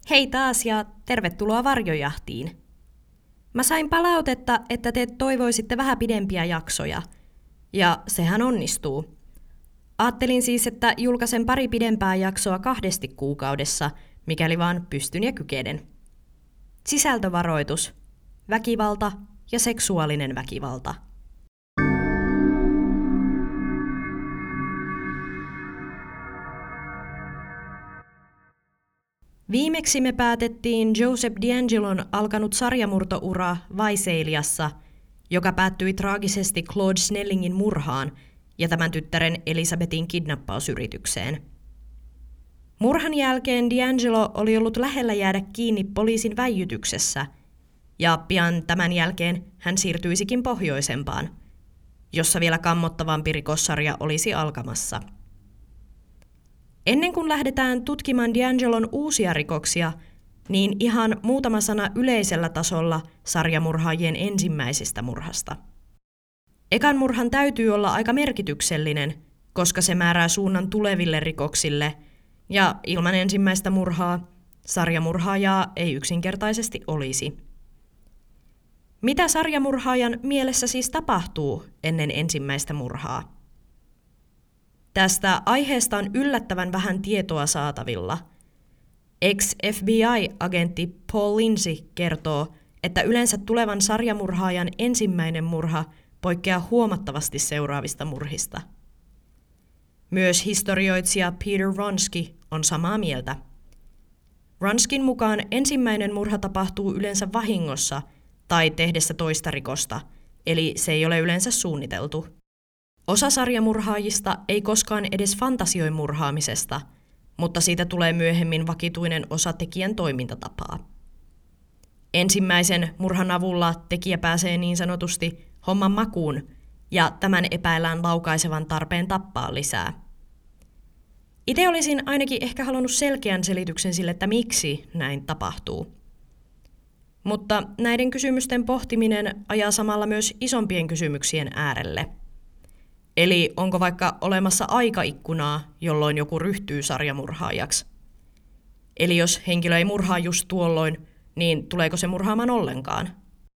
Hei taas ja tervetuloa Varjojahtiin. Mä sain palautetta, että te toivoisitte vähän pidempiä jaksoja. Ja sehän onnistuu. Aattelin siis, että julkaisen pari pidempää jaksoa 2 kuukaudessa, mikäli vaan pystyn ja kykenen. Sisältövaroitus. Väkivalta ja seksuaalinen väkivalta. Viimeksi me päätettiin Joseph DeAngelon alkanut sarjamurtoura Visailiassa, joka päättyi traagisesti Claude Snellingin murhaan ja tämän tyttären Elizabethin kidnappausyritykseen. Murhan jälkeen DeAngelo oli ollut lähellä jäädä kiinni poliisin väijytyksessä, ja pian tämän jälkeen hän siirtyisikin pohjoisempaan, jossa vielä kammottavampi rikossarja olisi alkamassa. Ennen kuin lähdetään tutkimaan DeAngelon uusia rikoksia, niin ihan muutama sana yleisellä tasolla sarjamurhaajien ensimmäisestä murhasta. Ekan murhan täytyy olla aika merkityksellinen, koska se määrää suunnan tuleville rikoksille, ja ilman ensimmäistä murhaa sarjamurhaajaa ei yksinkertaisesti olisi. Mitä sarjamurhaajan mielessä siis tapahtuu ennen ensimmäistä murhaa? Tästä aiheesta on yllättävän vähän tietoa saatavilla. Ex-FBI-agentti Paul Lindsay kertoo, että yleensä tulevan sarjamurhaajan ensimmäinen murha poikkeaa huomattavasti seuraavista murhista. Myös historioitsija Peter Wronski on samaa mieltä. Wronskin mukaan ensimmäinen murha tapahtuu yleensä vahingossa tai tehdessä toista rikosta, eli se ei ole yleensä suunniteltu. Osa sarjamurhaajista ei koskaan edes fantasioi murhaamisesta, mutta siitä tulee myöhemmin vakituinen osa tekijän toimintatapaa. Ensimmäisen murhan avulla tekijä pääsee niin sanotusti homman makuun, ja tämän epäillään laukaisevan tarpeen tappaa lisää. Itse olisin ainakin ehkä halunnut selkeän selityksen sille, että miksi näin tapahtuu. Mutta näiden kysymysten pohtiminen ajaa samalla myös isompien kysymyksien äärelle. Eli onko vaikka olemassa aikaikkunaa, jolloin joku ryhtyy sarjamurhaajaksi? Eli jos henkilö ei murhaa just tuolloin, niin tuleeko se murhaamaan ollenkaan?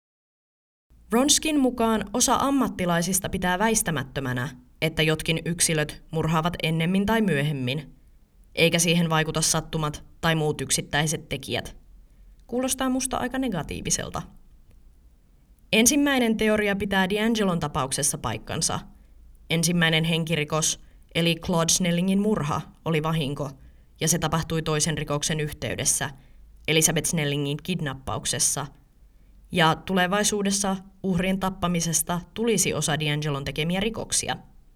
Wronskin mukaan osa ammattilaisista pitää väistämättömänä, että jotkin yksilöt murhaavat ennemmin tai myöhemmin, eikä siihen vaikuta sattumat tai muut yksittäiset tekijät. Kuulostaa musta aika negatiiviselta. Ensimmäinen teoria pitää DeAngelon tapauksessa paikkansa. Ensimmäinen henkirikos, eli Claude Snellingin murha, oli vahinko, ja se tapahtui toisen rikoksen yhteydessä, Elizabeth Snellingin kidnappauksessa. Ja tulevaisuudessa uhrien tappamisesta tulisi osa DeAngelon tekemiä rikoksia.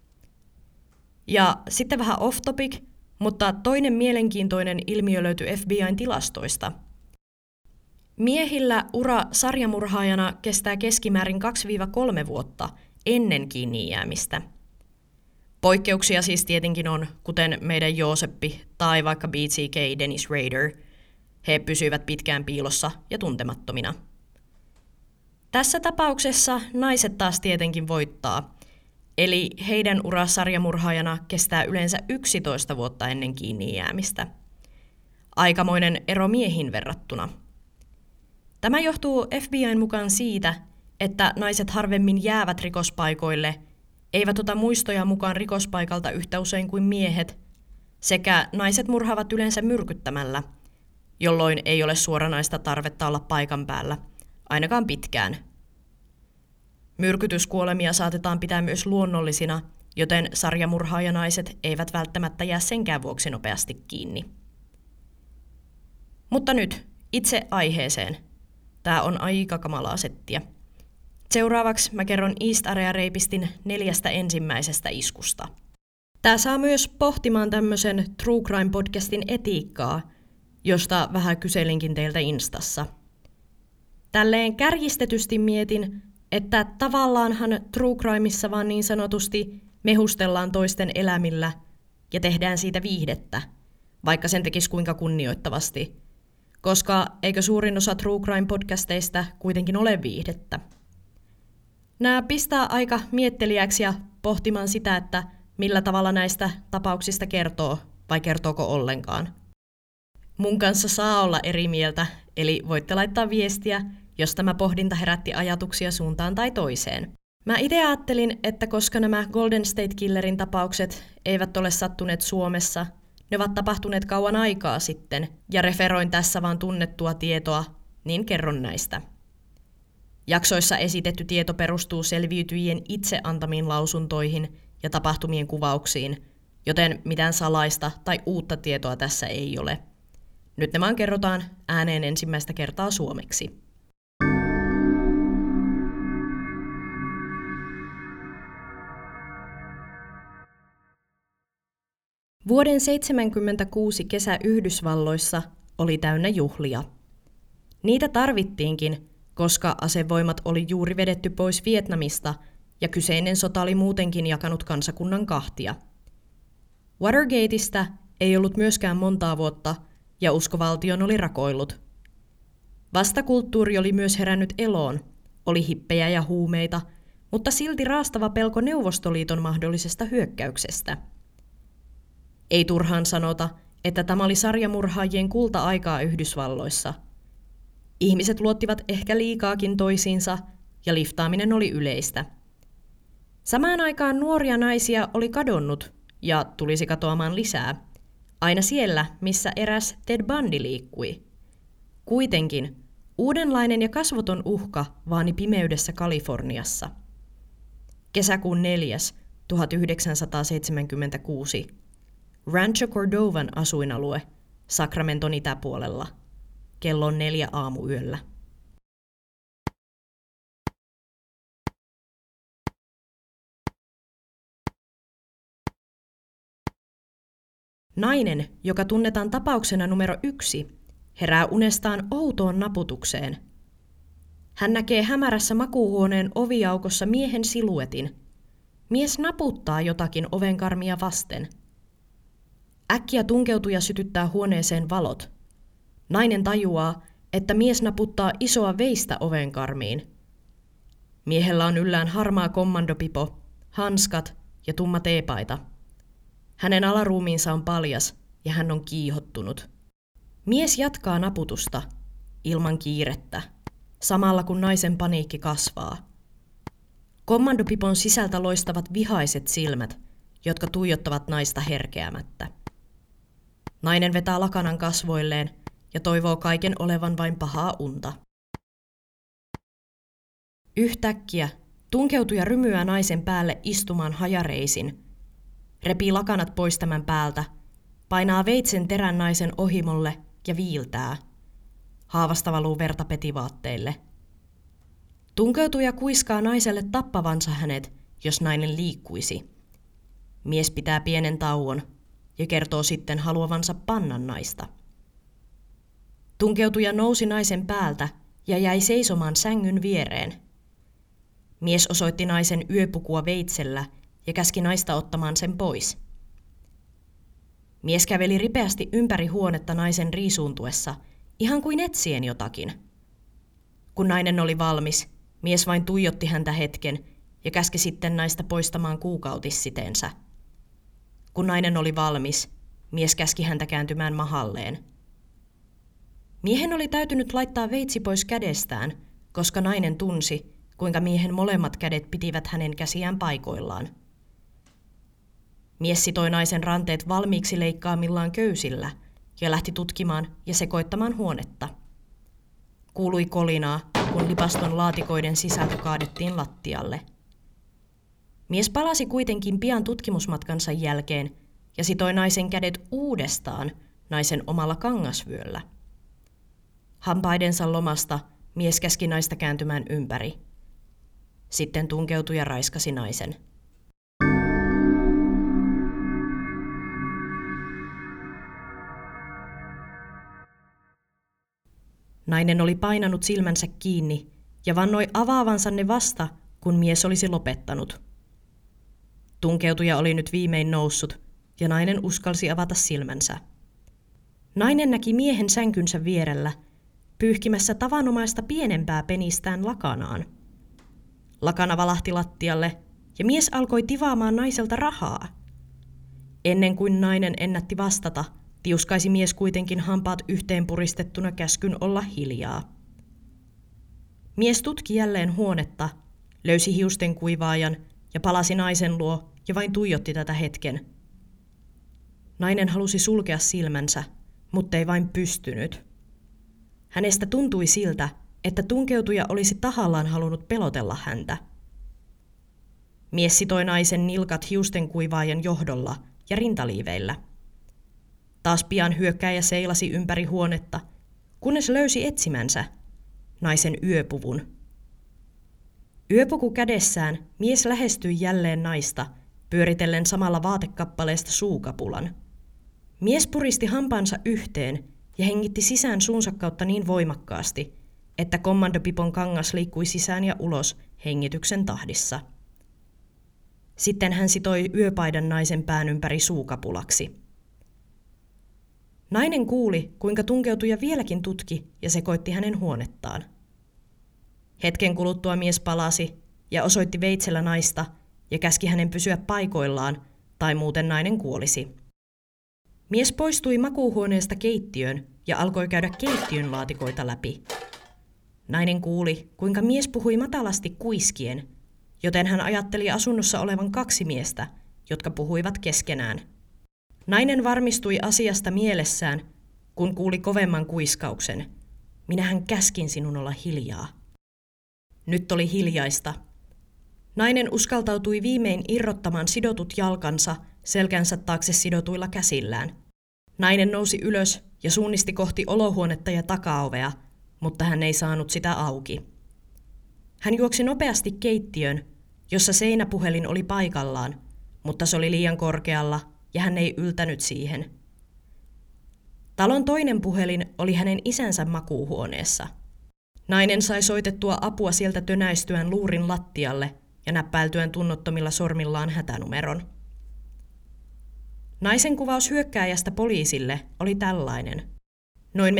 Ja sitten vähän off topic, mutta toinen mielenkiintoinen ilmiö löytyi FBI:n tilastoista. Miehillä ura sarjamurhaajana kestää keskimäärin 2-3 vuotta ennen kiinni jäämistä. Poikkeuksia siis tietenkin on, kuten meidän Jooseppi tai vaikka BTK Dennis Rader. He pysyivät pitkään piilossa ja tuntemattomina. Tässä tapauksessa naiset taas tietenkin voittaa, eli heidän ura sarjamurhaajana kestää yleensä 11 vuotta ennen kiinni jäämistä. Aikamoinen ero miehiin verrattuna. Tämä johtuu FBI:n mukaan siitä, että naiset harvemmin jäävät rikospaikoille, eivät ota muistoja mukaan rikospaikalta yhtä usein kuin miehet, sekä naiset murhaavat yleensä myrkyttämällä, jolloin ei ole suoranaista tarvetta olla paikan päällä, ainakaan pitkään. Myrkytyskuolemia saatetaan pitää myös luonnollisina, joten sarjamurhaajanaiset eivät välttämättä jää senkään vuoksi nopeasti kiinni. Mutta nyt itse aiheeseen. Tää on aika kamalaa settiä. Seuraavaksi mä kerron East Area Rapistin 4 ensimmäisestä iskusta. Tää saa myös pohtimaan tämmöisen True Crime-podcastin etiikkaa, josta vähän kyselinkin teiltä Instassa. Tälleen kärjistetysti mietin, että tavallaanhan True Crimeissa vaan niin sanotusti mehustellaan toisten elämillä ja tehdään siitä viihdettä, vaikka sen tekisi kuinka kunnioittavasti, koska eikö suurin osa True Crime-podcasteista kuitenkin ole viihdettä. Nämä pistää aika miettelijäksi ja pohtimaan sitä, että millä tavalla näistä tapauksista kertoo vai kertooko ollenkaan. Mun kanssa saa olla eri mieltä, eli voitte laittaa viestiä, jos tämä pohdinta herätti ajatuksia suuntaan tai toiseen. Mä itse ajattelin, että koska nämä Golden State Killerin tapaukset eivät ole sattuneet Suomessa, ne ovat tapahtuneet kauan aikaa sitten, ja referoin tässä vaan tunnettua tietoa, niin kerron näistä. Jaksoissa esitetty tieto perustuu selviytyjien itse antamiin lausuntoihin ja tapahtumien kuvauksiin, joten mitään salaista tai uutta tietoa tässä ei ole. Nyt ne vaan kerrotaan ääneen ensimmäistä kertaa suomeksi. Vuoden 1976 kesä Yhdysvalloissa oli täynnä juhlia. Niitä tarvittiinkin, koska asevoimat oli juuri vedetty pois Vietnamista ja kyseinen sota oli muutenkin jakanut kansakunnan kahtia. Watergateista ei ollut myöskään montaa vuotta ja usko valtion oli rakoillut. Vastakulttuuri oli myös herännyt eloon, oli hippejä ja huumeita, mutta silti raastava pelko Neuvostoliiton mahdollisesta hyökkäyksestä. Ei turhaan sanota, että tämä oli sarjamurhaajien kulta-aikaa Yhdysvalloissa. Ihmiset luottivat ehkä liikaakin toisiinsa ja liftaaminen oli yleistä. Samaan aikaan nuoria naisia oli kadonnut ja tulisi katoamaan lisää, aina siellä, missä eräs Ted Bundy liikkui. Kuitenkin uudenlainen ja kasvoton uhka vaani pimeydessä Kaliforniassa. Kesäkuun 4. 1976. Rancho Cordovan asuinalue, Sacramenton itäpuolella. Kello on 4 aamuyöllä. Nainen, joka tunnetaan tapauksena numero 1, herää unestaan outoon naputukseen. Hän näkee hämärässä makuuhuoneen oviaukossa miehen siluetin. Mies naputtaa jotakin ovenkarmia vasten. Äkkiä tunkeutuja sytyttää huoneeseen valot. Nainen tajuaa, että mies naputtaa isoa veistä ovenkarmiin. Miehellä on yllään harmaa kommandopipo, hanskat ja tumma teepaita. Hänen alaruumiinsa on paljas ja hän on kiihottunut. Mies jatkaa naputusta, ilman kiirettä, samalla kun naisen paniikki kasvaa. Kommandopipon sisältä loistavat vihaiset silmät, jotka tuijottavat naista herkeämättä. Nainen vetää lakanan kasvoilleen ja toivoo kaiken olevan vain pahaa unta. Yhtäkkiä tunkeutuja rymyää naisen päälle istumaan hajareisin, repii lakanat pois tämän päältä, painaa veitsen terän naisen ohimolle ja viiltää. Haavasta valuu verta petivaatteille. Tunkeutuja kuiskaa naiselle tappavansa hänet, jos nainen liikkuisi. Mies pitää pienen tauon ja kertoo sitten haluavansa panna naista. Tunkeutuja nousi naisen päältä ja jäi seisomaan sängyn viereen. Mies osoitti naisen yöpukua veitsellä ja käski naista ottamaan sen pois. Mies käveli ripeästi ympäri huonetta naisen riisuuntuessa, ihan kuin etsien jotakin. Kun nainen oli valmis, mies vain tuijotti häntä hetken ja käski sitten naista poistamaan kuukautissiteensä. Kun nainen oli valmis, mies käski häntä kääntymään mahalleen. Miehen oli täytynyt laittaa veitsi pois kädestään, koska nainen tunsi, kuinka miehen molemmat kädet pitivät hänen käsiään paikoillaan. Mies sitoi naisen ranteet valmiiksi leikkaamillaan köysillä ja lähti tutkimaan ja sekoittamaan huonetta. Kuului kolinaa, kun lipaston laatikoiden sisältö kaadettiin lattialle. Mies palasi kuitenkin pian tutkimusmatkansa jälkeen ja sitoi naisen kädet uudestaan naisen omalla kangasvyöllä. Hampaidensa lomasta mies käski naista kääntymään ympäri. Sitten tunkeutui ja raiskasi naisen. Nainen oli painanut silmänsä kiinni ja vannoi avaavansa ne vasta, kun mies olisi lopettanut. Tunkeutuja oli nyt viimein noussut ja nainen uskalsi avata silmänsä. Nainen näki miehen sänkynsä vierellä, pyyhkimässä tavanomaista pienempää penistään lakanaan. Lakana valahti lattialle ja mies alkoi tivaamaan naiselta rahaa. Ennen kuin nainen ennätti vastata, tiuskaisi mies kuitenkin hampaat yhteen puristettuna käskyn olla hiljaa. Mies tutki jälleen huonetta, löysi hiusten kuivaajan ja palasi naisen luo ja vain tuijotti tätä hetken. Nainen halusi sulkea silmänsä, mutta ei vain pystynyt. Hänestä tuntui siltä, että tunkeutuja olisi tahallaan halunnut pelotella häntä. Mies sitoi naisen nilkat hiusten kuivaajan johdolla ja rintaliiveillä. Taas pian hyökkääjä seilasi ympäri huonetta, kunnes löysi etsimänsä naisen yöpuvun. Yöpuku kädessään mies lähestyi jälleen naista, pyöritellen samalla vaatekappaleesta suukapulan. Mies puristi hampaansa yhteen ja hengitti sisään suunsa kautta niin voimakkaasti, että kommandopipon kangas liikkui sisään ja ulos hengityksen tahdissa. Sitten hän sitoi yöpaidan naisen pään ympäri suukapulaksi. Nainen kuuli, kuinka tunkeutuja vieläkin tutki ja sekoitti hänen huonettaan. Hetken kuluttua mies palasi ja osoitti veitsellä naista ja käski hänen pysyä paikoillaan, tai muuten nainen kuolisi. Mies poistui makuuhuoneesta keittiöön ja alkoi käydä keittiön laatikoita läpi. Nainen kuuli, kuinka mies puhui matalasti kuiskien, joten hän ajatteli asunnossa olevan 2 miestä, jotka puhuivat keskenään. Nainen varmistui asiasta mielessään, kun kuuli kovemman kuiskauksen. Minähän käskin sinun olla hiljaa. Nyt oli hiljaista. Nainen uskaltautui viimein irrottamaan sidotut jalkansa selkänsä taakse sidotuilla käsillään. Nainen nousi ylös ja suunnisti kohti olohuonetta ja takaovea, mutta hän ei saanut sitä auki. Hän juoksi nopeasti keittiöön, jossa seinäpuhelin oli paikallaan, mutta se oli liian korkealla ja hän ei yltänyt siihen. Talon toinen puhelin oli hänen isänsä makuuhuoneessa. Nainen sai soitettua apua sieltä tönäistyään luurin lattialle ja näppäiltyään tunnottomilla sormillaan hätänumeron. Naisen kuvaus hyökkääjästä poliisille oli tällainen. Noin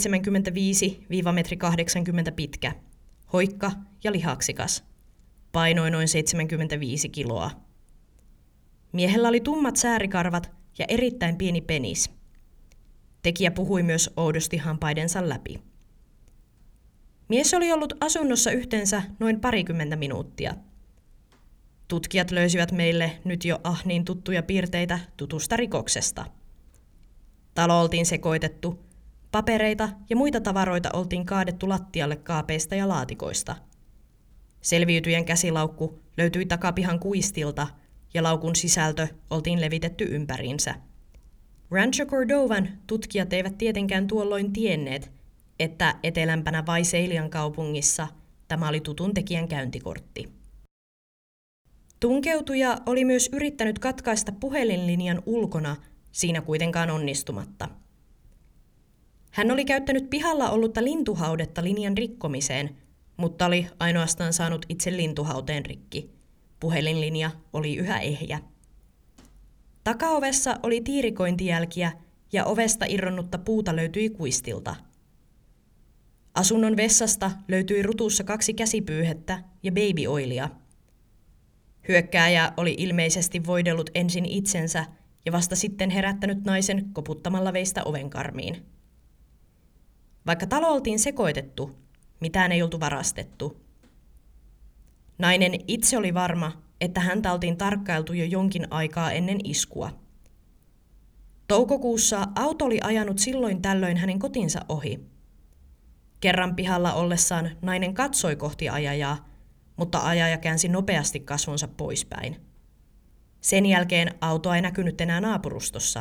1,75–1,80 pitkä, hoikka ja lihaksikas. Painoi noin 75 kiloa. Miehellä oli tummat säärikarvat ja erittäin pieni penis. Tekijä puhui myös oudosti hampaidensa läpi. Mies oli ollut asunnossa yhteensä noin 20 minuuttia. Tutkijat löysivät meille nyt jo niin tuttuja piirteitä tutusta rikoksesta. Talo oltiin sekoitettu, papereita ja muita tavaroita oltiin kaadettu lattialle kaapeista ja laatikoista. Selviytyjän käsilaukku löytyi takapihan kuistilta ja laukun sisältö oltiin levitetty ympäriinsä. Rancho Cordovan tutkijat eivät tietenkään tuolloin tienneet, että etelämpänä Visailian kaupungissa tämä oli tutun tekijän käyntikortti. Tunkeutuja oli myös yrittänyt katkaista puhelinlinjan ulkona, siinä kuitenkaan onnistumatta. Hän oli käyttänyt pihalla ollutta lintuhaudetta linjan rikkomiseen, mutta oli ainoastaan saanut itse lintuhauteen rikki. Puhelinlinja oli yhä ehjä. Takaovessa oli tiirikointijälkiä ja ovesta irronnutta puuta löytyi kuistilta. Asunnon vessasta löytyi rutussa 2 käsipyyhettä ja babyoilia. Hyökkääjä oli ilmeisesti voidellut ensin itsensä ja vasta sitten herättänyt naisen koputtamalla veistä ovenkarmiin. Vaikka talo oltiin sekoitettu, mitään ei oltu varastettu. Nainen itse oli varma, että häntä oltiin tarkkailtu jo jonkin aikaa ennen iskua. Toukokuussa auto oli ajanut silloin tällöin hänen kotinsa ohi. Kerran pihalla ollessaan nainen katsoi kohti ajajaa, mutta ajaja käänsi nopeasti kasvonsa poispäin. Sen jälkeen autoa ei näkynyt enää naapurustossa.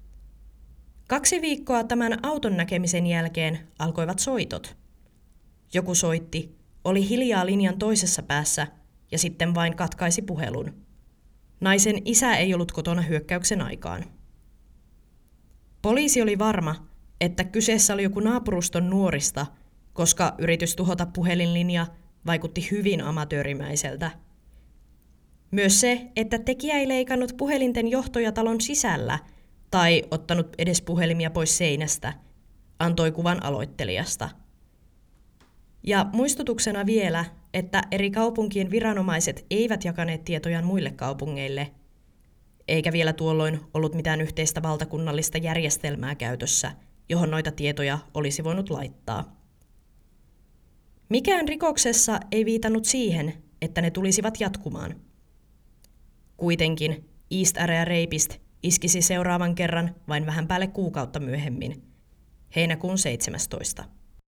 2 viikkoa tämän auton näkemisen jälkeen alkoivat soitot. Joku soitti, oli hiljaa linjan toisessa päässä ja sitten vain katkaisi puhelun. Naisen isä ei ollut kotona hyökkäyksen aikaan. Poliisi oli varma, että kyseessä oli joku naapuruston nuorista, koska yritys tuhota puhelinlinja vaikutti hyvin amatöörimäiseltä. Myös se, että tekijä ei leikannut puhelinten johtoja talon sisällä tai ottanut edes puhelimia pois seinästä, antoi kuvan aloittelijasta. Ja muistutuksena vielä, että eri kaupunkien viranomaiset eivät jakaneet tietojaan muille kaupungeille. eikä vielä tuolloin ollut mitään yhteistä valtakunnallista järjestelmää käytössä, johon noita tietoja olisi voinut laittaa. Mikään rikoksessa ei viitannut siihen, että ne tulisivat jatkumaan. Kuitenkin East Area Rapist iskisi seuraavan kerran vain vähän päälle kuukautta myöhemmin, heinäkuun 17.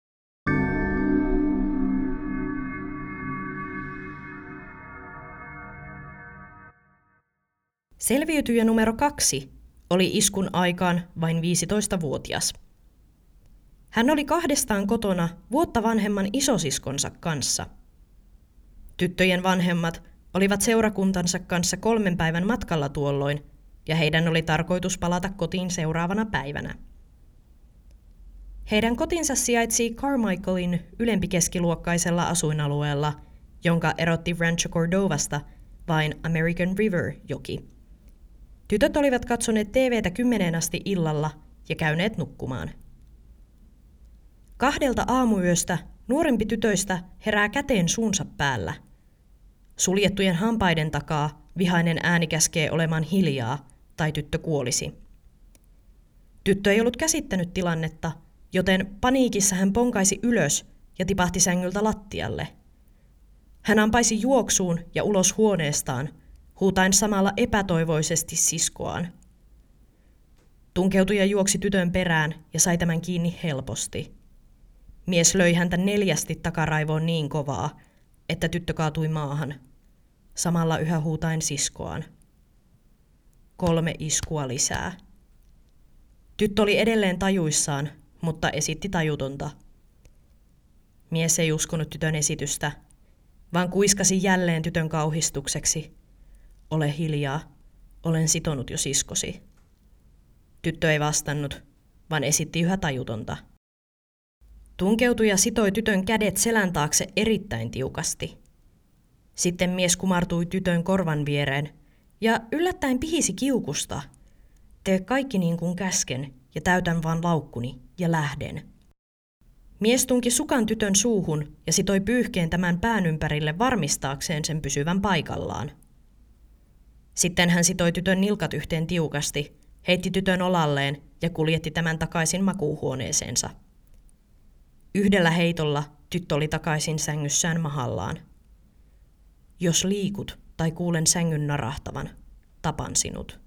Selviytyjä numero 2 oli iskun aikaan vain 15-vuotias. Hän oli kahdestaan kotona vuotta vanhemman isosiskonsa kanssa. Tyttöjen vanhemmat olivat seurakuntansa kanssa 3 päivän matkalla tuolloin, ja heidän oli tarkoitus palata kotiin seuraavana päivänä. Heidän kotinsa sijaitsi Carmichaelin ylempikeskiluokkaisella asuinalueella, jonka erotti Rancho Cordovasta vain American River-joki. Tytöt olivat katsoneet TV:tä 10 asti illalla ja käyneet nukkumaan. 2 aamuyöstä nuorempi tytöistä herää käteen suunsa päällä. Suljettujen hampaiden takaa vihainen ääni käskee olemaan hiljaa, tai tyttö kuolisi. Tyttö ei ollut käsittänyt tilannetta, joten paniikissa hän ponkaisi ylös ja tipahti sängyltä lattialle. Hän ampaisi juoksuun ja ulos huoneestaan, huutaen samalla epätoivoisesti siskoaan. Tunkeutuja juoksi tytön perään ja sai tämän kiinni helposti. Mies löi häntä 4 takaraivoon niin kovaa, että tyttö kaatui maahan, samalla yhä huutaen siskoaan. 3 iskua lisää. Tyttö oli edelleen tajuissaan, mutta esitti tajutonta. Mies ei uskonut tytön esitystä, vaan kuiskasi jälleen tytön kauhistukseksi. Ole hiljaa, olen sitonut jo siskosi. Tyttö ei vastannut, vaan esitti yhä tajutonta. Tunkeutuja sitoi tytön kädet selän taakse erittäin tiukasti. Sitten mies kumartui tytön korvan viereen ja yllättäen pihisi kiukusta. Tee kaikki niin kuin käsken ja täytän vaan laukkuni ja lähden. Mies tunki sukan tytön suuhun ja sitoi pyyhkeen tämän pään ympärille varmistaakseen sen pysyvän paikallaan. Sitten hän sitoi tytön nilkat yhteen tiukasti, heitti tytön olalleen ja kuljetti tämän takaisin makuuhuoneeseensa. 1 heitolla tyttö oli takaisin sängyssään mahallaan. Jos liikut tai kuulen sängyn narahtavan, tapan sinut.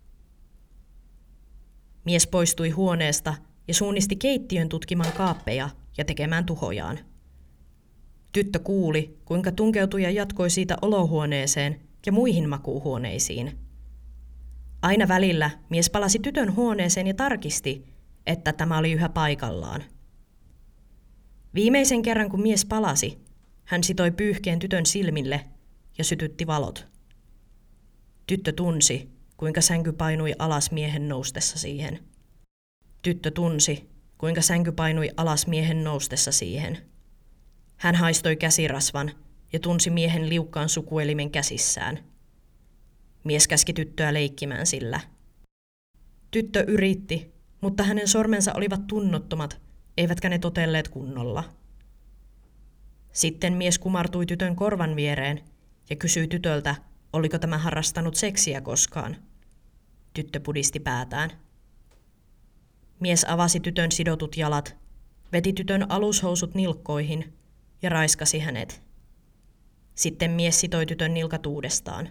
Mies poistui huoneesta ja suunnisti keittiön tutkimaan kaappeja ja tekemään tuhojaan. Tyttö kuuli, kuinka tunkeutuja jatkoi siitä olohuoneeseen ja muihin makuuhuoneisiin. Aina välillä mies palasi tytön huoneeseen ja tarkisti, että tämä oli yhä paikallaan. Viimeisen kerran kun mies palasi, hän sitoi pyyhkeen tytön silmille ja sytytti valot. Tyttö tunsi, kuinka sänky painui alas miehen noustessa siihen. Tyttö tunsi, kuinka sänky painui alas miehen noustessa siihen. Hän haistoi käsirasvan ja tunsi miehen liukkaan sukuelimen käsissään. Mies käski tyttöä leikkimään sillä. Tyttö yritti, mutta hänen sormensa olivat tunnottomat, eivätkä ne totelleet kunnolla. Sitten mies kumartui tytön korvan viereen ja kysyi tytöltä, oliko tämä harrastanut seksiä koskaan. Tyttö pudisti päätään. Mies avasi tytön sidotut jalat, veti tytön alushousut nilkkoihin ja raiskasi hänet. Sitten mies sitoi tytön nilkat uudestaan.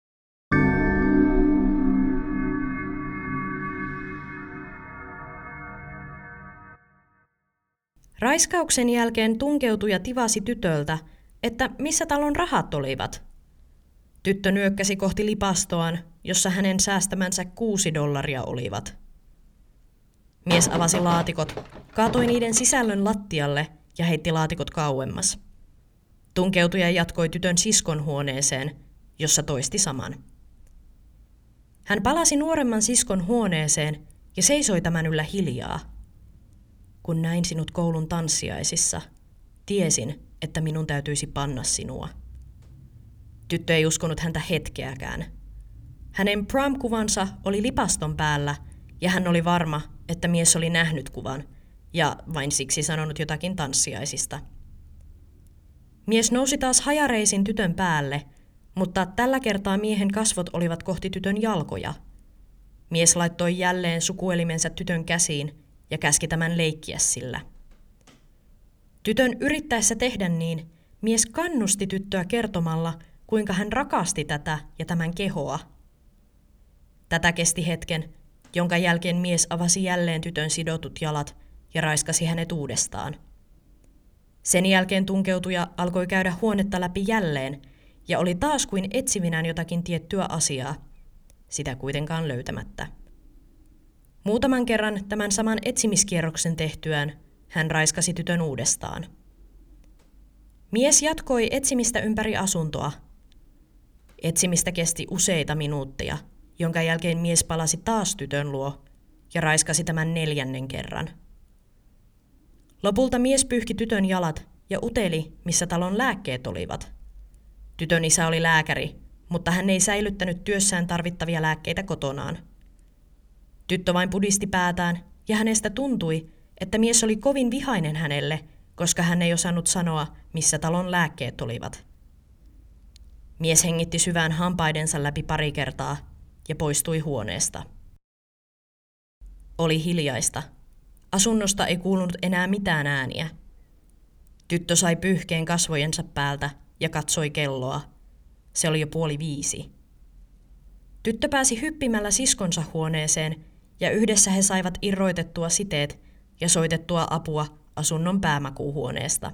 Raiskauksen jälkeen tunkeutuja tivasi tytöltä, että missä talon rahat olivat. Tyttö nyökkäsi kohti lipastoaan, jossa hänen säästämänsä $6 olivat. Mies avasi laatikot, kaatoi niiden sisällön lattialle ja heitti laatikot kauemmas. Tunkeutuja jatkoi tytön siskon huoneeseen, jossa toisti saman. Hän palasi nuoremman siskon huoneeseen ja seisoi tämän yllä hiljaa. Kun näin sinut koulun tanssiaisissa, tiesin, että minun täytyisi panna sinua. Tyttö ei uskonut häntä hetkeäkään. Hänen prom-kuvansa oli lipaston päällä ja hän oli varma, että mies oli nähnyt kuvan ja vain siksi sanonut jotakin tanssiaisista. Mies nousi taas hajareisin tytön päälle, mutta tällä kertaa miehen kasvot olivat kohti tytön jalkoja. Mies laittoi jälleen sukuelimensä tytön käsiin ja käski tämän leikkiä sillä. Tytön yrittäessä tehdä niin, mies kannusti tyttöä kertomalla, kuinka hän rakasti tätä ja tämän kehoa. Tätä kesti hetken, jonka jälkeen mies avasi jälleen tytön sidotut jalat ja raiskasi hänet uudestaan. Sen jälkeen tunkeutuja alkoi käydä huonetta läpi jälleen ja oli taas kuin etsivinään jotakin tiettyä asiaa, sitä kuitenkaan löytämättä. Muutaman kerran tämän samanetsimiskierroksen tehtyään hän raiskasi tytön uudestaan. Mies jatkoi etsimistä ympäri asuntoa. Etsimistä kesti useita minuutteja, jonka jälkeen mies palasi taas tytön luo ja raiskasi tämän 4. kerran. Lopulta mies pyyhki tytön jalat ja uteli, missä talon lääkkeet olivat. Tytön isä oli lääkäri, mutta hän ei säilyttänyt työssään tarvittavia lääkkeitä kotonaan. Tyttö vain pudisti päätään ja hänestä tuntui, että mies oli kovin vihainen hänelle, koska hän ei osannut sanoa, missä talon lääkkeet olivat. Mies hengitti syvään hampaidensa läpi pari kertaa ja poistui huoneesta. Oli hiljaista. Asunnosta ei kuulunut enää mitään ääniä. Tyttö sai pyyhkeen kasvojensa päältä ja katsoi kelloa. Se oli jo 4:30. Tyttö pääsi hyppimällä siskonsa huoneeseen ja yhdessä he saivat irroitettua siteet ja soitettua apua asunnon päämakuuhuoneesta.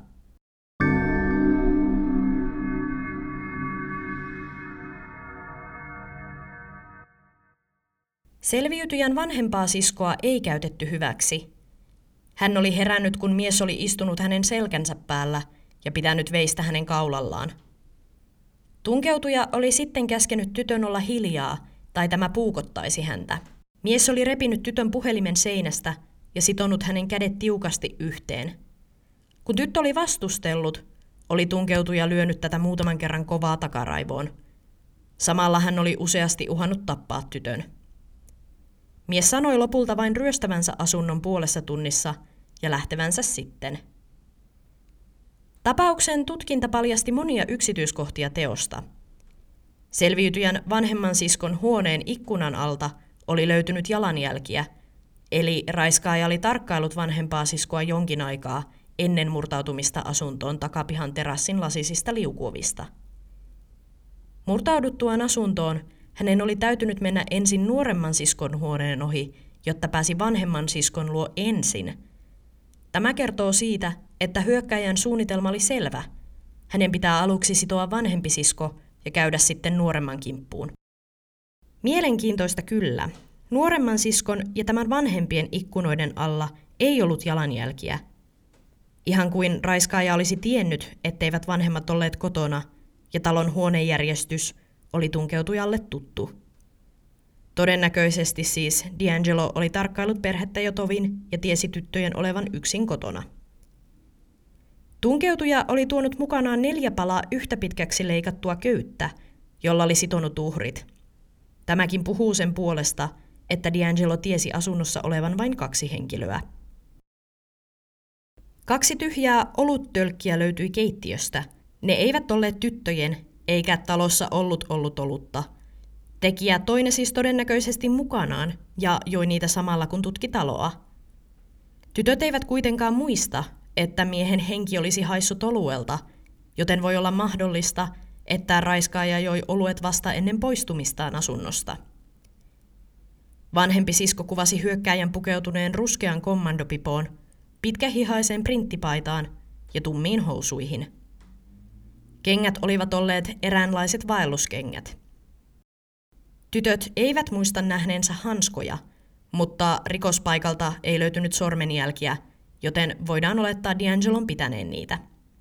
Selviytyjän vanhempaa siskoa ei käytetty hyväksi. Hän oli herännyt, kun mies oli istunut hänen selkänsä päällä ja pitänyt veistä hänen kaulallaan. Tunkeutuja oli sitten käskenyt tytön olla hiljaa, tai tämä puukottaisi häntä. Mies oli repinyt tytön puhelimen seinästä ja sitonut hänen kädet tiukasti yhteen. Kun tyttö oli vastustellut, oli tunkeutuja lyönyt tätä muutaman kerran kovaa takaraivoon. Samalla hän oli useasti uhannut tappaa tytön. Mies sanoi lopulta vain ryöstävänsä asunnon puolessa tunnissa ja lähtevänsä sitten. Tapauksen tutkinta paljasti monia yksityiskohtia teosta. Selviytyjän vanhemman siskon huoneen ikkunan alta oli löytynyt jalanjälkiä, eli raiskaaja oli tarkkaillut vanhempaa siskoa jonkin aikaa ennen murtautumista asuntoon takapihan terassin lasisista liukuovista. Murtauduttuaan asuntoon hänen oli täytynyt mennä ensin nuoremman siskon huoneen ohi, jotta pääsi vanhemman siskon luo ensin. Tämä kertoo siitä, että hyökkääjän suunnitelma oli selvä. Hänen pitää aluksi sitoa vanhempi sisko ja käydä sitten nuoremman kimppuun. Mielenkiintoista kyllä. Nuoremman siskon ja tämän vanhempien ikkunoiden alla ei ollut jalanjälkiä. Ihan kuin raiskaaja olisi tiennyt, etteivät vanhemmat olleet kotona, ja talon huonejärjestys oli tunkeutujalle tuttu. Todennäköisesti siis D'Angelo oli tarkkaillut perhettä jo tovin ja tiesi tyttöjen olevan yksin kotona. Tunkeutuja oli tuonut mukanaan 4 palaa yhtä pitkäksi leikattua köyttä, jolla oli sitonut uhrit. Tämäkin puhuu sen puolesta, että D'Angelo tiesi asunnossa olevan vain 2 henkilöä. 2 tyhjää oluttölkkiä löytyi keittiöstä. Ne eivät olleet tyttöjen, eikä talossa ollut olutta. Tekijä toi ne siis todennäköisesti mukanaan ja joi niitä samalla kun tutki taloa. Tytöt eivät kuitenkaan muista, että miehen henki olisi haissut oluelta, joten voi olla mahdollista, että raiskaaja joi oluet vasta ennen poistumistaan asunnosta. Vanhempi sisko kuvasi hyökkääjän pukeutuneen ruskean kommandopipoon, pitkähihaiseen printtipaitaan ja tummiin housuihin. Kengät olivat olleet eräänlaiset vaelluskengät. Tytöt eivät muista nähneensä hanskoja, mutta rikospaikalta ei löytynyt sormenjälkiä, joten voidaan olettaa D'Angelon pitäneen niitä.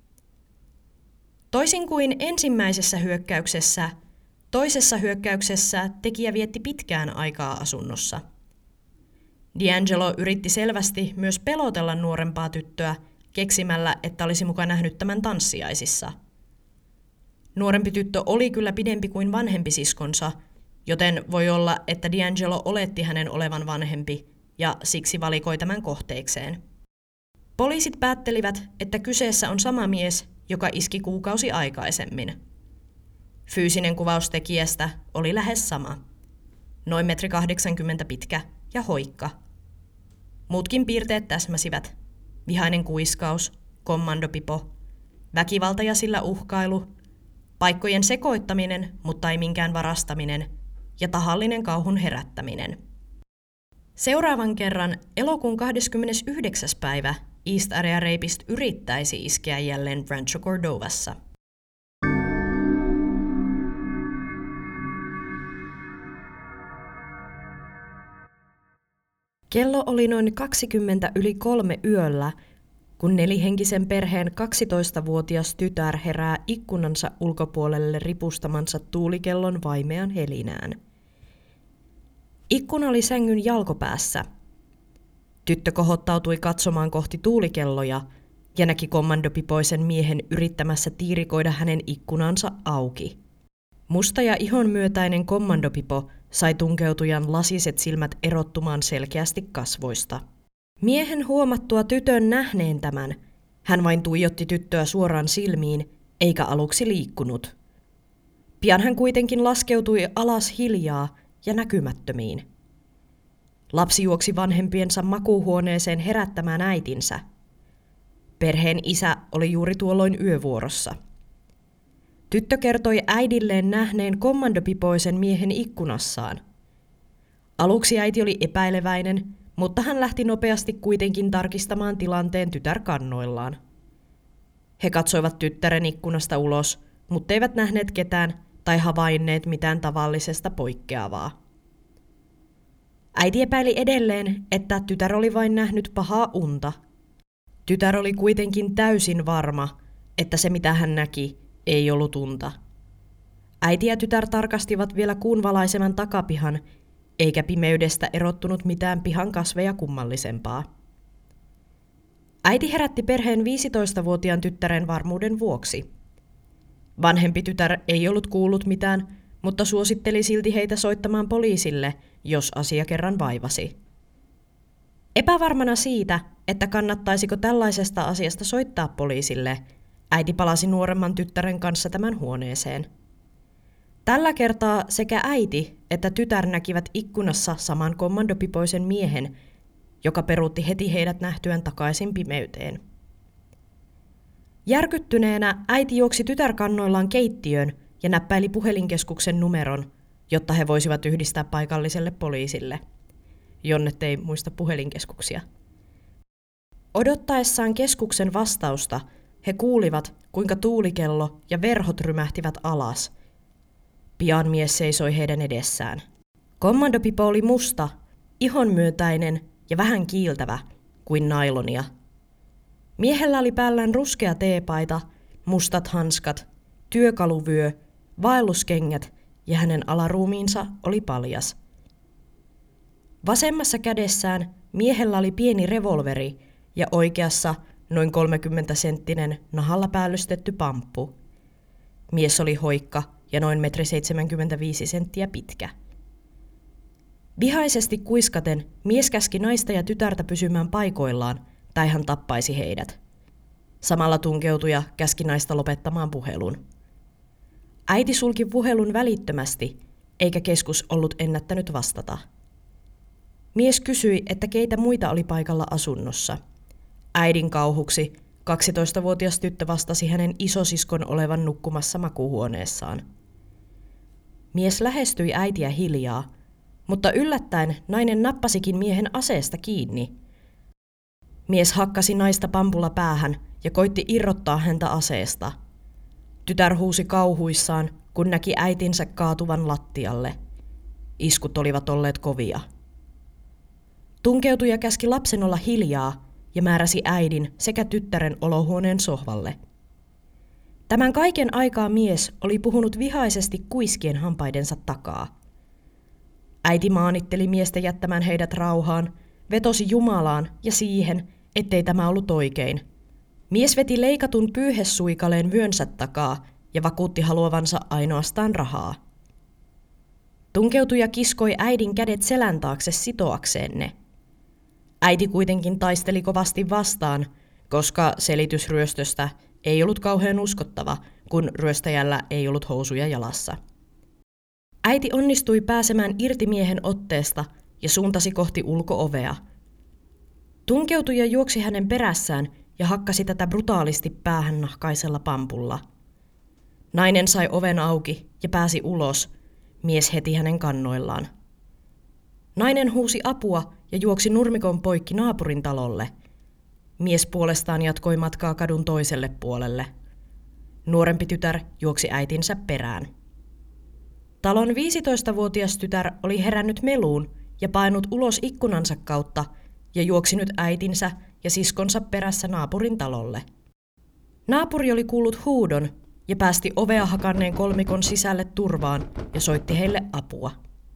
Toisin kuin ensimmäisessä hyökkäyksessä, toisessa hyökkäyksessä tekijä vietti pitkään aikaa asunnossa. D'Angelo yritti selvästi myös pelotella nuorempaa tyttöä keksimällä, että olisi muka nähnyt tämän tanssiaisissa. Nuorempi tyttö oli kyllä pidempi kuin vanhempi siskonsa, joten voi olla, että D'Angelo oletti hänen olevan vanhempi ja siksi valikoi tämän kohteikseen. Poliisit päättelivät, että kyseessä on sama mies, joka iski kuukausi aikaisemmin. Fyysinen kuvaus tekijästä oli lähes sama. noin 1,80 m pitkä ja hoikka. Muutkin piirteet täsmäsivät: vihainen kuiskaus, kommandopipo, väkivalta ja sillä uhkailu, paikkojen sekoittaminen, mutta ei minkään varastaminen, ja tahallinen kauhun herättäminen. Seuraavan kerran elokuun 29. päivä East Area Rapist yrittäisi iskeä jälleen Rancho Cordovassa. Kello oli noin 3:20 yöllä, kun nelihenkisen perheen 12-vuotias tytär herää ikkunansa ulkopuolelle ripustamansa tuulikellon vaimean helinään. Ikkuna oli sängyn jalkopäässä. Tyttö kohottautui katsomaan kohti tuulikelloja ja näki kommandopipoisen miehen yrittämässä tiirikoida hänen ikkunansa auki. Musta ja ihonmyötäinen kommandopipo sai tunkeutujan lasiset silmät erottumaan selkeästi kasvoista. Miehen huomattua tytön nähneen tämän, hän vain tuijotti tyttöä suoraan silmiin, eikä aluksi liikkunut. Pian hän kuitenkin laskeutui alas hiljaa ja näkymättömiin. Lapsi juoksi vanhempiensa makuuhuoneeseen herättämään äitinsä. Perheen isä oli juuri tuolloin yövuorossa. Tyttö kertoi äidilleen nähneen kommandopipoisen miehen ikkunassaan. Aluksi äiti oli epäileväinen, mutta hän lähti nopeasti kuitenkin tarkistamaan tilanteen tytärkannoillaan. He katsoivat tyttären ikkunasta ulos, mutta eivät nähneet ketään tai havainneet mitään tavallisesta poikkeavaa. Äiti epäili edelleen, että tytär oli vain nähnyt pahaa unta. Tytär oli kuitenkin täysin varma, että se mitä hän näki ei ollut unta. Äiti ja tytär tarkastivat vielä kuunvalaiseman takapihan, eikä pimeydestä erottunut mitään pihan kasveja kummallisempaa. Äiti herätti perheen 15-vuotiaan tyttären varmuuden vuoksi. Vanhempi tytär ei ollut kuullut mitään, mutta suositteli silti heitä soittamaan poliisille, jos asia kerran vaivasi. Epävarmana siitä, että kannattaisiko tällaisesta asiasta soittaa poliisille, äiti palasi nuoremman tyttären kanssa tämän huoneeseen. Tällä kertaa sekä äiti että tytär näkivät ikkunassa saman kommandopipoisen miehen, joka peruutti heti heidät nähtyään takaisin pimeyteen. Järkyttyneenä äiti juoksi tytärkannoillaan keittiöön ja näppäili puhelinkeskuksen numeron, jotta he voisivat yhdistää paikalliselle poliisille. Jonnet ei muista puhelinkeskuksia. Odottaessaan keskuksen vastausta he kuulivat, kuinka tuulikello ja verhot rymähtivät alas. Pian mies seisoi heidän edessään. Kommandopipo oli musta, ihonmyötäinen ja vähän kiiltävä kuin nailonia. Miehellä oli päällään ruskea teepaita, mustat hanskat, työkaluvyö, vaelluskengät ja hänen alaruumiinsa oli paljas. Vasemmassa kädessään miehellä oli pieni revolveri ja oikeassa noin 30-senttinen nahalla päällystetty pamppu. Mies oli hoikka ja noin 1,75 m pitkä. Vihaisesti kuiskaten mies käski naista ja tytärtä pysymään paikoillaan, tai hän tappaisi heidät. Samalla tunkeutuja käski naista lopettamaan puhelun. Äiti sulki puhelun välittömästi, eikä keskus ollut ennättänyt vastata. Mies kysyi, että keitä muita oli paikalla asunnossa. Äidin kauhuksi 12-vuotias tyttö vastasi hänen isosiskon olevan nukkumassa makuuhuoneessaan. Mies lähestyi äitiä hiljaa, mutta yllättäen nainen nappasikin miehen aseesta kiinni. Mies hakkasi naista pampulla päähän ja koitti irrottaa häntä aseesta. Tytär huusi kauhuissaan, kun näki äitinsä kaatuvan lattialle. Iskut olivat olleet kovia. Tunkeutuja käski lapsen olla hiljaa ja määräsi äidin sekä tyttären olohuoneen sohvalle. Tämän kaiken aikaa mies oli puhunut vihaisesti kuiskien hampaidensa takaa. Äiti maanitteli miestä jättämään heidät rauhaan, vetosi Jumalaan ja siihen, ettei tämä ollut oikein. Mies veti leikatun pyyhesuikaleen vyönsä takaa ja vakuutti haluavansa ainoastaan rahaa. Tunkeutuja kiskoi äidin kädet selän taakse sitoakseen ne. Äiti kuitenkin taisteli kovasti vastaan, koska selitys ryöstöstä ei ollut kauhean uskottava, kun ryöstäjällä ei ollut housuja jalassa. Äiti onnistui pääsemään irti miehen otteesta ja suuntasi kohti ulko-ovea. Tunkeutuja juoksi hänen perässään ja hakkasi tätä brutaalisti päähän nahkaisella pampulla. Nainen sai oven auki ja pääsi ulos. Mies heti hänen kannoillaan. Nainen huusi apua ja juoksi nurmikon poikki naapurin talolle. Mies puolestaan jatkoi matkaa kadun toiselle puolelle. Nuorempi tytär juoksi äitinsä perään. Talon 15-vuotias tytär oli herännyt meluun ja painut ulos ikkunansa kautta ja juoksi nyt äitinsä ja siskonsa perässä naapurin talolle. Naapuri oli kuullut huudon ja päästi ovea hakanneen kolmikon sisälle turvaan ja soitti heille apua.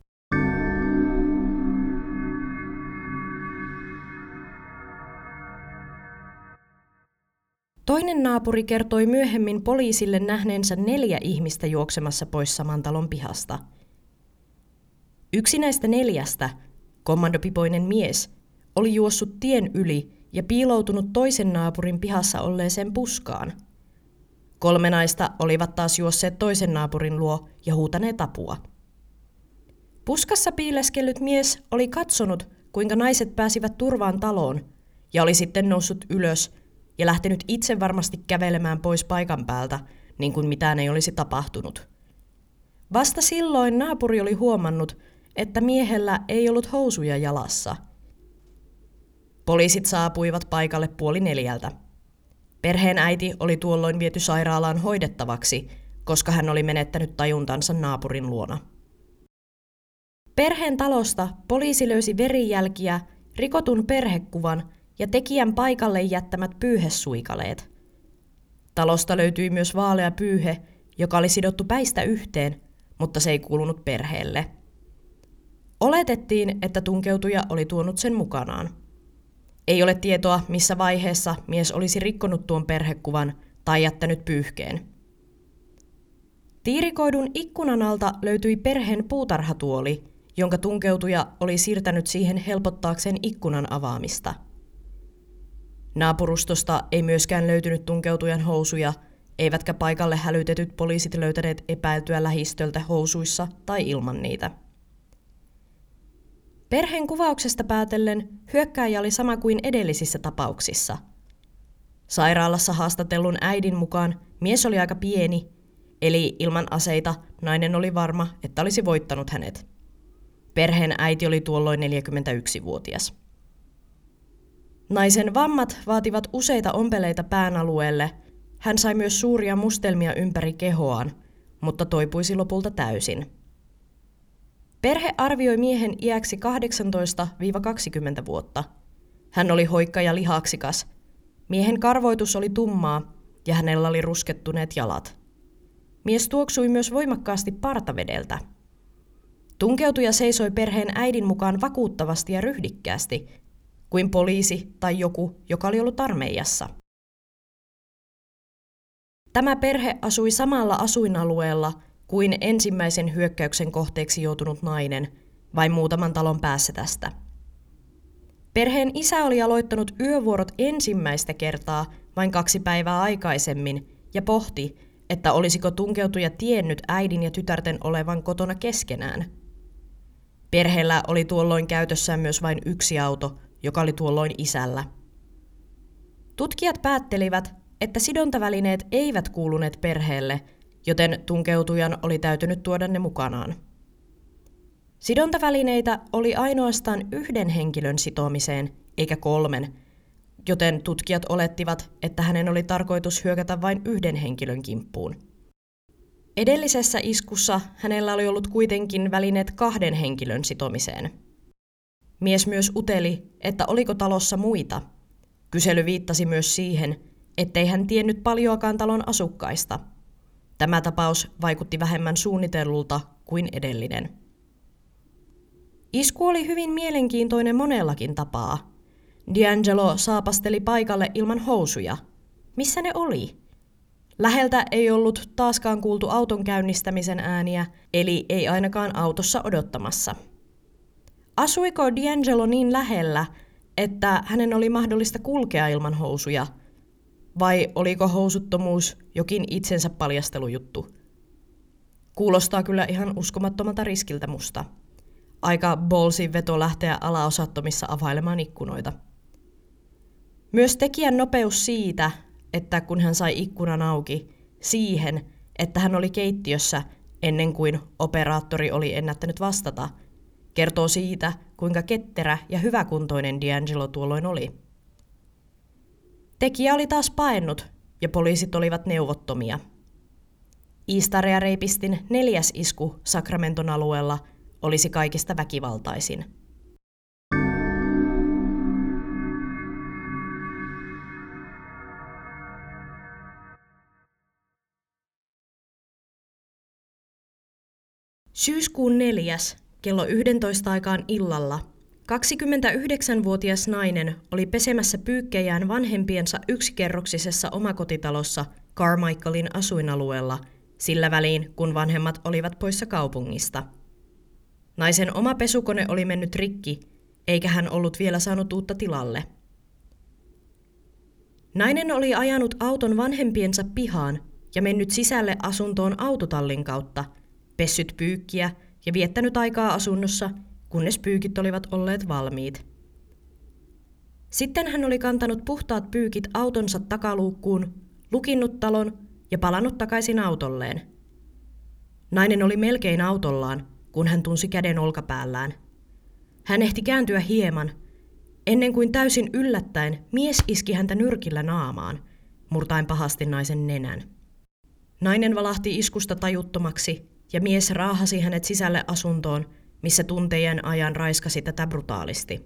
Toinen naapuri kertoi myöhemmin poliisille nähneensä 4 ihmistä juoksemassa pois saman talon pihasta. Yksi näistä 4, kommandopipoinen mies, oli juossut tien yli ja piiloutunut toisen naapurin pihassa olleeseen puskaan. 3 naista olivat taas juosseet toisen naapurin luo ja huutaneet apua. Puskassa piileskellyt mies oli katsonut, kuinka naiset pääsivät turvaan taloon, ja oli sitten noussut ylös ja lähtenyt itse varmasti kävelemään pois paikan päältä, niin kuin mitään ei olisi tapahtunut. Vasta silloin naapuri oli huomannut, että miehellä ei ollut housuja jalassa. Poliisit saapuivat paikalle 3:30. Perheen äiti oli tuolloin viety sairaalaan hoidettavaksi, koska hän oli menettänyt tajuntansa naapurin luona. Perheen talosta poliisi löysi verijälkiä, rikotun perhekuvan ja tekijän paikalle jättämät pyyhesuikaleet. Talosta löytyi myös vaalea pyyhe, joka oli sidottu päistä yhteen, mutta se ei kuulunut perheelle. Oletettiin, että tunkeutuja oli tuonut sen mukanaan. Ei ole tietoa, missä vaiheessa mies olisi rikkonut tuon perhekuvan tai jättänyt pyyhkeen. Tiirikoidun ikkunan alta löytyi perheen puutarhatuoli, jonka tunkeutuja oli siirtänyt siihen helpottaakseen ikkunan avaamista. Naapurustosta ei myöskään löytynyt tunkeutujan housuja, eivätkä paikalle hälytetyt poliisit löytäneet epäiltyä lähistöltä housuissa tai ilman niitä. Perheen kuvauksesta päätellen hyökkääjä oli sama kuin edellisissä tapauksissa. Sairaalassa haastatellun äidin mukaan mies oli aika pieni, eli ilman aseita nainen oli varma, että olisi voittanut hänet. Perheen äiti oli tuolloin 41-vuotias. Naisen vammat vaativat useita ompeleita pään alueelle. Hän sai myös suuria mustelmia ympäri kehoaan, mutta toipuisi lopulta täysin. Perhe arvioi miehen iäksi 18–20 vuotta. Hän oli hoikka ja lihaksikas. Miehen karvoitus oli tummaa ja hänellä oli ruskettuneet jalat. Mies tuoksui myös voimakkaasti partavedeltä. Tunkeutuja seisoi perheen äidin mukaan vakuuttavasti ja ryhdikkäästi, kuin poliisi tai joku, joka oli ollut armeijassa. Tämä perhe asui samalla asuinalueella kuin ensimmäisen hyökkäyksen kohteeksi joutunut nainen, vain muutaman talon päässä tästä. Perheen isä oli aloittanut yövuorot ensimmäistä kertaa vain 2 päivää aikaisemmin ja pohti, että olisiko tunkeutuja tiennyt äidin ja tytärten olevan kotona keskenään. Perheellä oli tuolloin käytössään myös vain 1 auto, joka oli tuolloin isällä. Tutkijat päättelivät, että sidontavälineet eivät kuuluneet perheelle, joten tunkeutujan oli täytynyt tuoda ne mukanaan. Sidontavälineitä oli ainoastaan 1 henkilön sitomiseen, eikä 3, joten tutkijat olettivat, että hänen oli tarkoitus hyökätä vain 1 henkilön kimppuun. Edellisessä iskussa hänellä oli ollut kuitenkin välineet 2 henkilön sitomiseen. Mies myös uteli, että oliko talossa muita. Kysely viittasi myös siihen, ettei hän tiennyt paljoakaan talon asukkaista. Tämä tapaus vaikutti vähemmän suunnitellulta kuin edellinen. Isku oli hyvin mielenkiintoinen monellakin tapaa. D'Angelo saapasteli paikalle ilman housuja. Missä ne oli? Läheltä ei ollut taaskaan kuultu auton käynnistämisen ääniä, eli ei ainakaan autossa odottamassa. Asuiko D'Angelo niin lähellä, että hänen oli mahdollista kulkea ilman housuja? Vai oliko housuttomuus jokin itsensä paljastelujuttu? Kuulostaa kyllä ihan uskomattomalta riskiltä musta. Aika ballsin veto lähteä alaosattomissa availemaan ikkunoita. Myös tekijän nopeus siitä, että kun hän sai ikkunan auki, siihen, että hän oli keittiössä ennen kuin operaattori oli ennättänyt vastata, kertoo siitä, kuinka ketterä ja hyväkuntoinen D'Angelo tuolloin oli. Tekijä oli taas paennut ja poliisit olivat neuvottomia. East Area Rapistin 4. isku Sacramenton alueella olisi kaikista väkivaltaisin. Syyskuun 4. kello 11 aikaan illalla 29-vuotias nainen oli pesemässä pyykkejään vanhempiensa yksikerroksisessa omakotitalossa Carmichaelin asuinalueella sillä väliin, kun vanhemmat olivat poissa kaupungista. Naisen oma pesukone oli mennyt rikki, eikä hän ollut vielä saanut uutta tilalle. Nainen oli ajanut auton vanhempiensa pihaan ja mennyt sisälle asuntoon autotallin kautta, pessyt pyykkiä ja viettänyt aikaa asunnossa, kunnes pyykit olivat olleet valmiit. Sitten hän oli kantanut puhtaat pyykit autonsa takaluukkuun, lukinnut talon ja palannut takaisin autolleen. Nainen oli melkein autollaan, kun hän tunsi käden olkapäällään. Hän ehti kääntyä hieman, ennen kuin täysin yllättäen mies iski häntä nyrkillä naamaan, murtaen pahasti naisen nenän. Nainen valahti iskusta tajuttomaksi ja mies raahasi hänet sisälle asuntoon, missä tuntejen ajan raiskasi tätä brutaalisti.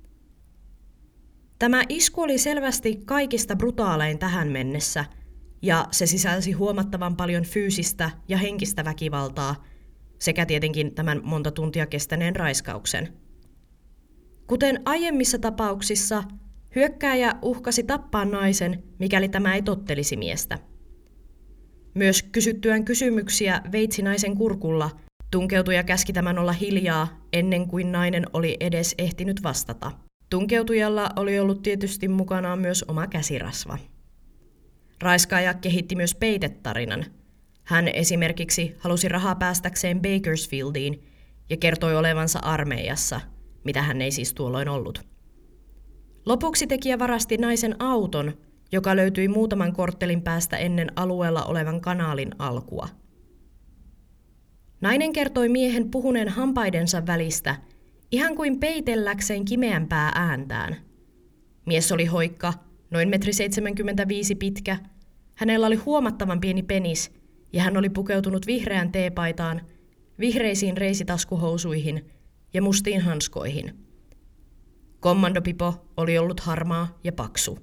Tämä isku oli selvästi kaikista brutaalein tähän mennessä, ja se sisälsi huomattavan paljon fyysistä ja henkistä väkivaltaa, sekä tietenkin tämän monta tuntia kestäneen raiskauksen. Kuten aiemmissa tapauksissa, hyökkääjä uhkasi tappaa naisen, mikäli tämä ei tottelisi miestä. Myös kysyttyään kysymyksiä veitsi naisen kurkulla, tunkeutuja käski tämän olla hiljaa ennen kuin nainen oli edes ehtinyt vastata. Tunkeutujalla oli ollut tietysti mukanaan myös oma käsirasva. Raiskaaja kehitti myös peitetarinan. Hän esimerkiksi halusi rahaa päästäkseen Bakersfieldiin ja kertoi olevansa armeijassa, mitä hän ei siis tuolloin ollut. Lopuksi tekijä varasti naisen auton, joka löytyi muutaman korttelin päästä ennen alueella olevan kanaalin alkua. Nainen kertoi miehen puhuneen hampaidensa välistä, ihan kuin peitelläkseen kimeämpää ääntään. Mies oli hoikka, noin 1,75 pitkä. Hänellä oli huomattavan pieni penis ja hän oli pukeutunut vihreään teepaitaan, vihreisiin reisitaskuhousuihin ja mustiin hanskoihin. Kommandopipo oli ollut harmaa ja paksu.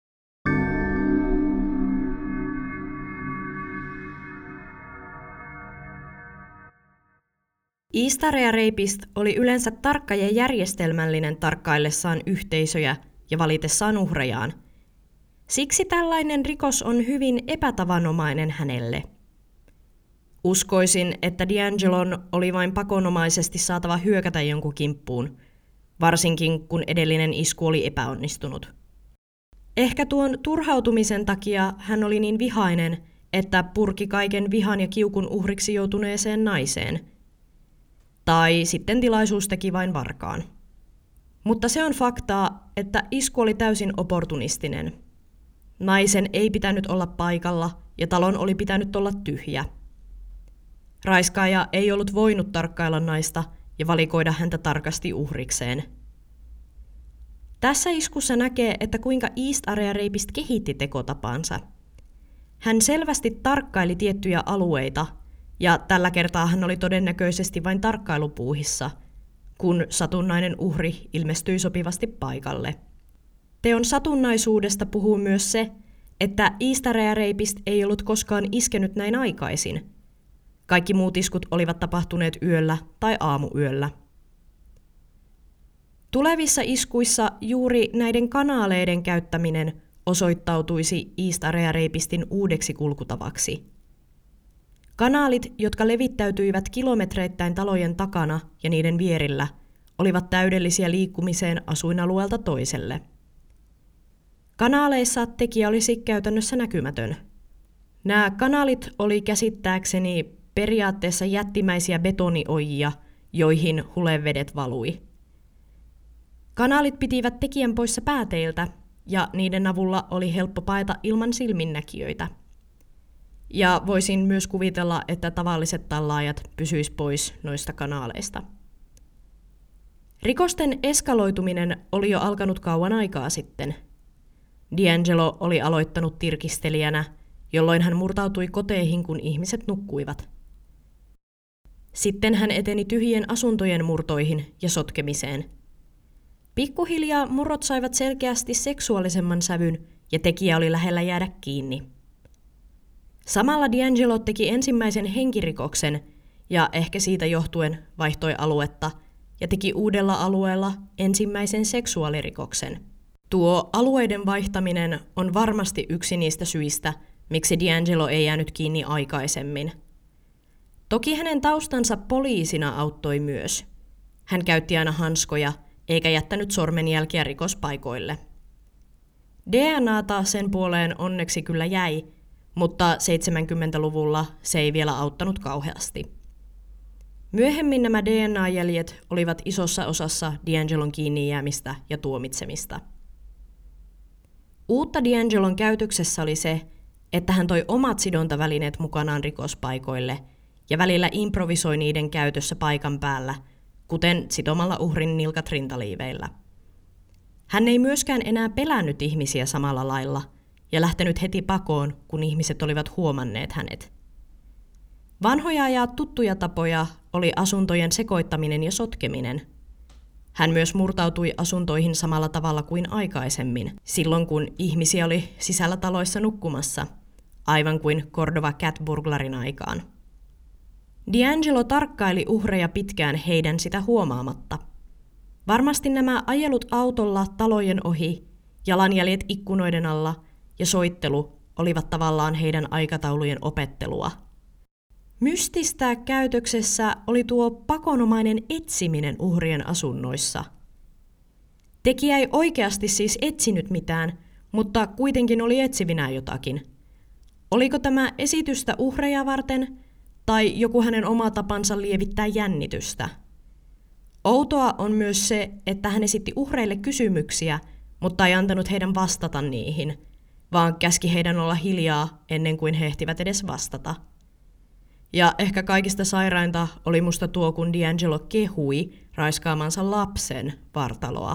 East Area Rapist oli yleensä tarkka ja järjestelmällinen tarkkaillessaan yhteisöjä ja valitessaan uhrejaan. Siksi tällainen rikos on hyvin epätavanomainen hänelle. Uskoisin, että D'Angelon oli vain pakonomaisesti saatava hyökätä jonkun kimppuun, varsinkin kun edellinen isku oli epäonnistunut. Ehkä tuon turhautumisen takia hän oli niin vihainen, että purki kaiken vihan ja kiukun uhriksi joutuneeseen naiseen. Tai sitten tilaisuus teki vain varkaan. Mutta se on faktaa, että isku oli täysin opportunistinen. Naisen ei pitänyt olla paikalla ja talon oli pitänyt olla tyhjä. Raiskaaja ei ollut voinut tarkkailla naista ja valikoida häntä tarkasti uhrikseen. Tässä iskussa näkee, että kuinka East Area Rapist kehitti tekotapansa. Hän selvästi tarkkaili tiettyjä alueita, ja tällä kertaa hän oli todennäköisesti vain tarkkailupuuhissa, kun satunnainen uhri ilmestyi sopivasti paikalle. Teon satunnaisuudesta puhuu myös se, että East Area Rapist ei ollut koskaan iskenyt näin aikaisin. Kaikki muut iskut olivat tapahtuneet yöllä tai aamuyöllä. Tulevissa iskuissa juuri näiden kanaaleiden käyttäminen osoittautuisi East Area Rapistin uudeksi kulkutavaksi. Kanaalit, jotka levittäytyivät kilometreittäin talojen takana ja niiden vierillä, olivat täydellisiä liikkumiseen asuinalueelta toiselle. Kanaaleissa tekijä olisi käytännössä näkymätön. Nämä kanaalit oli käsittääkseni periaatteessa jättimäisiä betoniojia, joihin hulevedet valui. Kanaalit pitivät tekijän poissa pääteiltä, ja niiden avulla oli helppo paeta ilman silminnäkijöitä. Ja voisin myös kuvitella, että tavalliset tallaajat pysyis pois noista kanaaleista. Rikosten eskaloituminen oli jo alkanut kauan aikaa sitten. D'Angelo oli aloittanut tirkistelijänä, jolloin hän murtautui koteihin, kun ihmiset nukkuivat. Sitten hän eteni tyhjien asuntojen murtoihin ja sotkemiseen. Pikkuhiljaa murrot saivat selkeästi seksuaalisemman sävyn ja tekijä oli lähellä jäädä kiinni. Samalla D'Angelo teki ensimmäisen henkirikoksen ja ehkä siitä johtuen vaihtoi aluetta ja teki uudella alueella ensimmäisen seksuaalirikoksen. Tuo alueiden vaihtaminen on varmasti yksi niistä syistä, miksi D'Angelo ei jäänyt kiinni aikaisemmin. Toki hänen taustansa poliisina auttoi myös. Hän käytti aina hanskoja eikä jättänyt sormenjälkiä rikospaikoille. DNAta sen puoleen onneksi kyllä jäi, mutta 70-luvulla se ei vielä auttanut kauheasti. Myöhemmin nämä DNA-jäljet olivat isossa osassa D'Angelon kiinni jäämistä ja tuomitsemista. Uutta D'Angelon käytöksessä oli se, että hän toi omat sidontavälineet mukanaan rikospaikoille ja välillä improvisoi niiden käytössä paikan päällä, kuten sitomalla uhrin nilkat rintaliiveillä. Hän ei myöskään enää pelännyt ihmisiä samalla lailla ja lähtenyt heti pakoon, kun ihmiset olivat huomanneet hänet. Vanhoja ja tuttuja tapoja oli asuntojen sekoittaminen ja sotkeminen. Hän myös murtautui asuntoihin samalla tavalla kuin aikaisemmin, silloin kun ihmisiä oli sisällä taloissa nukkumassa, aivan kuin Cordova Cat-burglarin aikaan. D'Angelo tarkkaili uhreja pitkään heidän sitä huomaamatta. Varmasti nämä ajelut autolla talojen ohi, jalanjäljet ikkunoiden alla ja soittelu olivat tavallaan heidän aikataulujen opettelua. Mystistä käytöksessä oli tuo pakonomainen etsiminen uhrien asunnoissa. Tekijä ei oikeasti siis etsinyt mitään, mutta kuitenkin oli etsivinään jotakin. Oliko tämä esitystä uhreja varten tai joku hänen oma tapansa lievittää jännitystä? Outoa on myös se, että hän esitti uhreille kysymyksiä, mutta ei antanut heidän vastata niihin, vaan käski heidän olla hiljaa ennen kuin he ehtivät edes vastata. Ja ehkä kaikista sairainta oli musta tuo, kun D'Angelo kehui raiskaamansa lapsen vartaloa.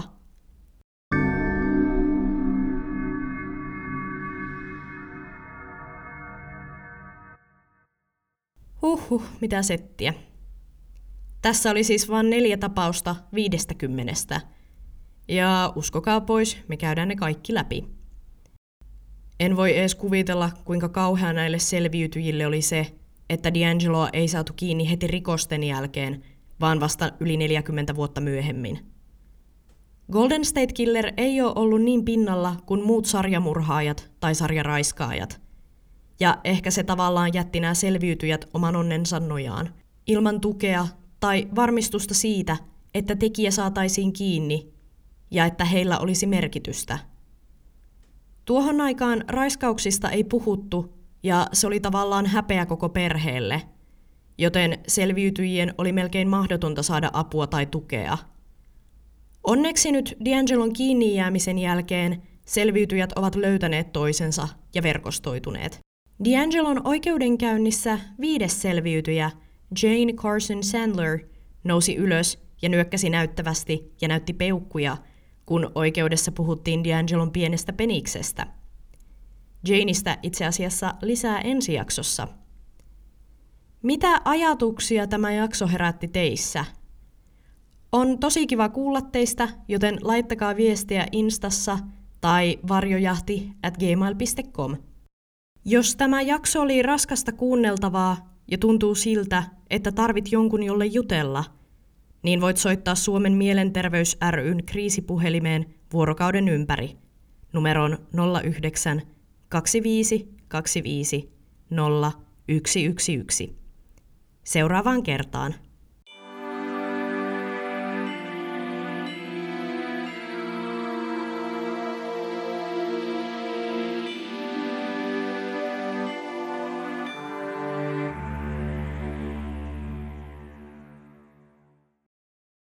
Mitä settiä. Tässä oli siis vain 4 tapausta 50. Ja uskokaa pois, me käydään ne kaikki läpi. En voi edes kuvitella, kuinka kauhea näille selviytyjille oli se, että D'Angeloa ei saatu kiinni heti rikosten jälkeen, vaan vasta yli 40 vuotta myöhemmin. Golden State Killer ei ole ollut niin pinnalla kuin muut sarjamurhaajat tai sarjaraiskaajat. Ja ehkä se tavallaan jätti nämä selviytyjät oman onnensa nojaan, ilman tukea tai varmistusta siitä, että tekijä saataisiin kiinni ja että heillä olisi merkitystä. Tuohon aikaan raiskauksista ei puhuttu ja se oli tavallaan häpeä koko perheelle, joten selviytyjien oli melkein mahdotonta saada apua tai tukea. Onneksi nyt D'Angelon kiinni jäämisen jälkeen selviytyjät ovat löytäneet toisensa ja verkostoituneet. D'Angelon oikeudenkäynnissä 5. selviytyjä, Jane Carson Sandler, nousi ylös ja nyökkäsi näyttävästi ja näytti peukkuja, kun oikeudessa puhuttiin D'Angelon pienestä peniksestä. Janeista itse asiassa lisää ensi jaksossa. Mitä ajatuksia tämä jakso herätti teissä? On tosi kiva kuulla teistä, joten laittakaa viestiä Instassa tai varjojahti@gmail.com. Jos tämä jakso oli raskasta kuunneltavaa ja tuntuu siltä, että tarvit jonkun jolle jutella, niin voit soittaa Suomen Mielenterveys ry:n kriisipuhelimeen vuorokauden ympäri numeron 09 25 25 0111. Seuraavaan kertaan.